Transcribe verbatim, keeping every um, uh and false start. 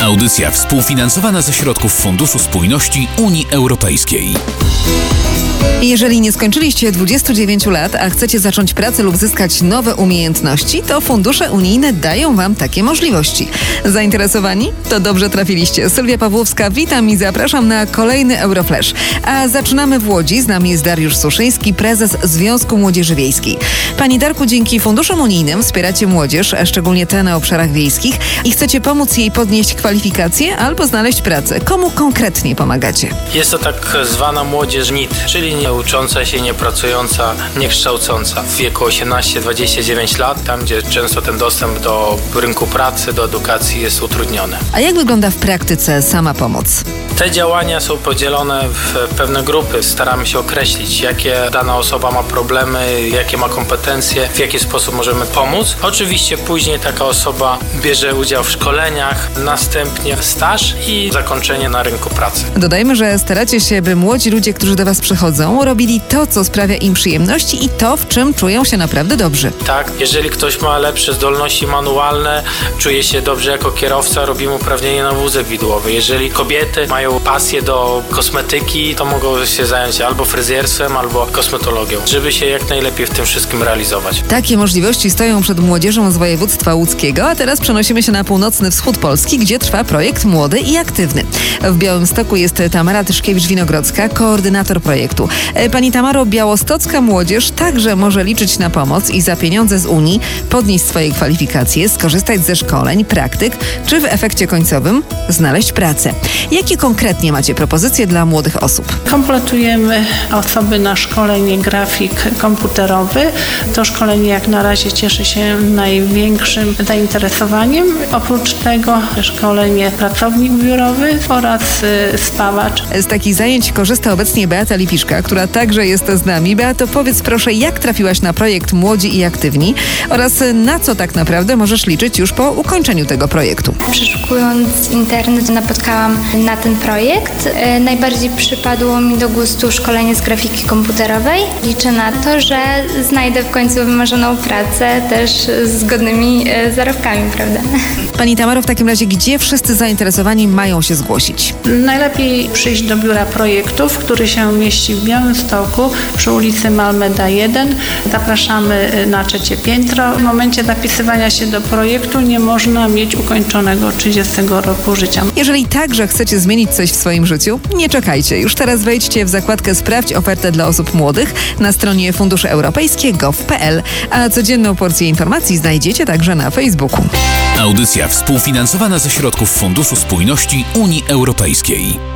Audycja współfinansowana ze środków Funduszu Spójności Unii Europejskiej. Jeżeli nie skończyliście dwudziestu dziewięciu lat, a chcecie zacząć pracę lub zyskać nowe umiejętności, to fundusze unijne dają Wam takie możliwości. Zainteresowani? To dobrze trafiliście. Sylwia Pawłowska, witam i zapraszam na kolejny Euroflash. A zaczynamy w Łodzi. Z nami jest Dariusz Suszyński, prezes Związku Młodzieży Wiejskiej. Pani Darku, dzięki funduszom unijnym wspieracie młodzież, a szczególnie te na obszarach wiejskich, i chcecie pomóc jej podnieść kwalifikacje albo znaleźć pracę. Komu konkretnie pomagacie? Jest to tak zwana młodzież N I T, czyli nie ucząca się, nie pracująca, nie kształcąca w wieku osiemnaście do dwudziestu dziewięciu lat, tam gdzie często ten dostęp do rynku pracy, do edukacji jest utrudniony. A jak wygląda w praktyce sama pomoc? Te działania są podzielone w pewne grupy. Staramy się określić, jakie dana osoba ma problemy, jakie ma kompetencje, w jaki sposób możemy pomóc. Oczywiście później taka osoba bierze udział w szkoleniach, następnie staż i zakończenie na rynku pracy. Dodajmy, że staracie się, by młodzi ludzie, którzy do Was przychodzą, robili to, co sprawia im przyjemności i to, w czym czują się naprawdę dobrze. Tak, jeżeli ktoś ma lepsze zdolności manualne, czuje się dobrze jako kierowca, robimy uprawnienie na wózek widłowy. Jeżeli kobiety mają pasję do kosmetyki, to mogą się zająć albo fryzjerstwem, albo kosmetologią, żeby się jak najlepiej w tym wszystkim realizować. Takie możliwości stoją przed młodzieżą z województwa łódzkiego, a teraz przenosimy się na północny wschód Polski, gdzie trwa projekt Młody i Aktywny. W Białymstoku jest Tamara Tyszkiewicz-Winogrodzka, koordynator projektu. Pani Tamaro, białostocka młodzież także może liczyć na pomoc i za pieniądze z Unii podnieść swoje kwalifikacje, skorzystać ze szkoleń, praktyk, czy w efekcie końcowym znaleźć pracę. Jakie konkretnie macie propozycje dla młodych osób? Kompletujemy osoby na szkolenie grafik komputerowy. To szkolenie jak na razie cieszy się największym zainteresowaniem. Oprócz tego szkolenie pracownik biurowy oraz y, spawacz. Z takich zajęć korzysta obecnie Beata Lipiszka, która także jest z nami. Beato, powiedz proszę, jak trafiłaś na projekt Młodzi i Aktywni oraz na co tak naprawdę możesz liczyć już po ukończeniu tego projektu? Przeszukując internet, napotkałam na ten projekt. Najbardziej przypadło mi do gustu szkolenie z grafiki komputerowej. Liczę na to, że znajdę w końcu wymarzoną pracę też z godnymi zarobkami, prawda? Pani Tamaro, w takim razie gdzie wszyscy zainteresowani mają się zgłosić? Najlepiej przyjść do biura projektów, który się mieści w Białymstoku przy ulicy Malmeda jeden. Zapraszamy na trzecie piętro. W momencie zapisywania się do projektu nie można mieć ukończonego trzydziestego roku życia. Jeżeli także chcecie zmienić coś w swoim życiu, nie czekajcie. Już teraz wejdźcie w zakładkę Sprawdź ofertę dla osób młodych na stronie fundusze europejskie kropka gov kropka p l, a codzienną porcję informacji znajdziecie także na Facebooku. Audycja współfinansowana ze środków Funduszu Spójności Unii Europejskiej.